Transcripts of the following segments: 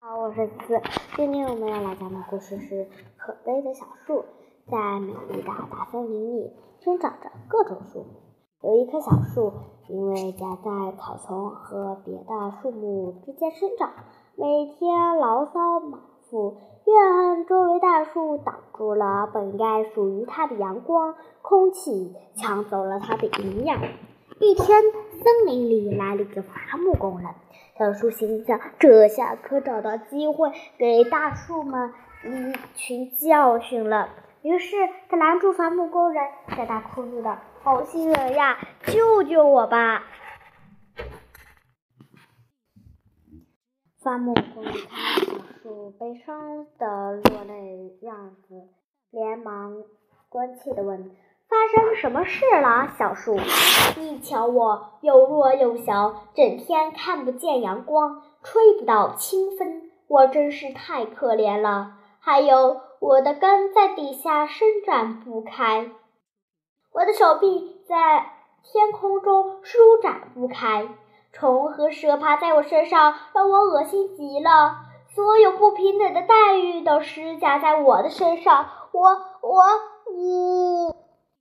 好，我是思思。今天我们要来讲的故事是可悲的小树。在美丽的大森林里生长着各种树。有一棵小树，因为夹在草丛和别的树木之间生长，每天牢骚满腹，怨恨周围大树挡住了本该属于它的阳光、空气，抢走了它的营养。一天，森林里来了一个伐木工人。小树心想，这下可找到机会给大树们一群教训了。于是他拦住伐木工人，向他哭诉道：“好心人呀，救救我吧！”伐木工人看到小树悲伤的落泪样子，连忙关切地问：“发生什么事了，小树？你瞧我又弱又小，整天看不见阳光，吹不到清风，我真是太可怜了。还有我的根在底下伸展不开，我的手臂在天空中舒展不开，虫和蛇爬在我身上，让我恶心极了。所有不平等的待遇都施加在我的身上，我……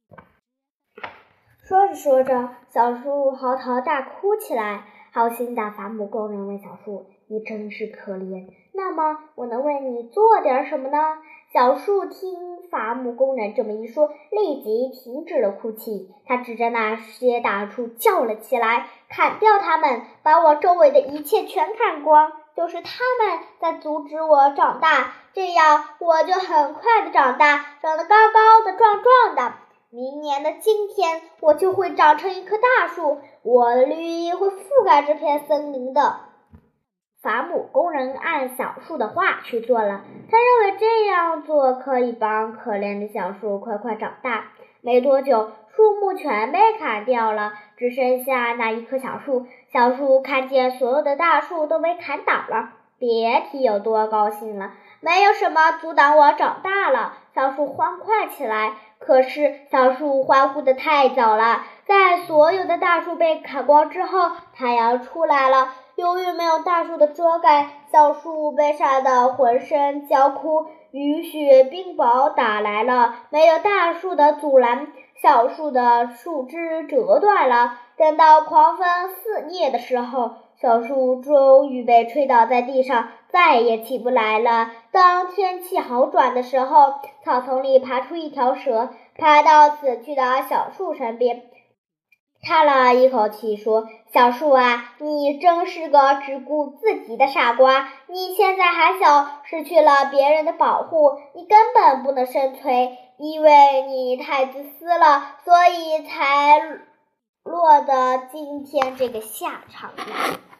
说着说着，小树嚎啕大哭起来。好心的伐木工人问小树：“你真是可怜，那么我能为你做点什么呢？”小树听伐木工人这么一说，立即停止了哭泣。他指着那些大树叫了起来：“砍掉它们，把我周围的一切全砍光！就是他们在阻止我长大，这样我就很快的长大，长得高高的、壮壮的。明年的今天，我就会长成一棵大树，我的绿意会覆盖这片森林的。”伐木工人按小树的话去做了，他认为这样做可以帮可怜的小树快快长大。没多久，树木全被砍掉了，只剩下那一棵小树。小树看见所有的大树都被砍倒了，别提有多高兴了。没有什么阻挡我长大了，小树欢快起来。可是小树欢呼得太早了，在所有的大树被砍光之后，太阳出来了。由于没有大树的遮盖，小树被晒得浑身焦枯，雨雪冰雹打来了，没有大树的阻拦，小树的树枝折断了。等到狂风肆虐的时候，小树终于被吹倒在地上，再也起不来了。当天气好转的时候，草丛里爬出一条蛇，爬到死去的小树身边，叹了一口气说：“小树啊，你真是个只顾自己的傻瓜。你现在还小，失去了别人的保护，你根本不能生存，因为你太自私了，所以才落得今天这个下场呀。”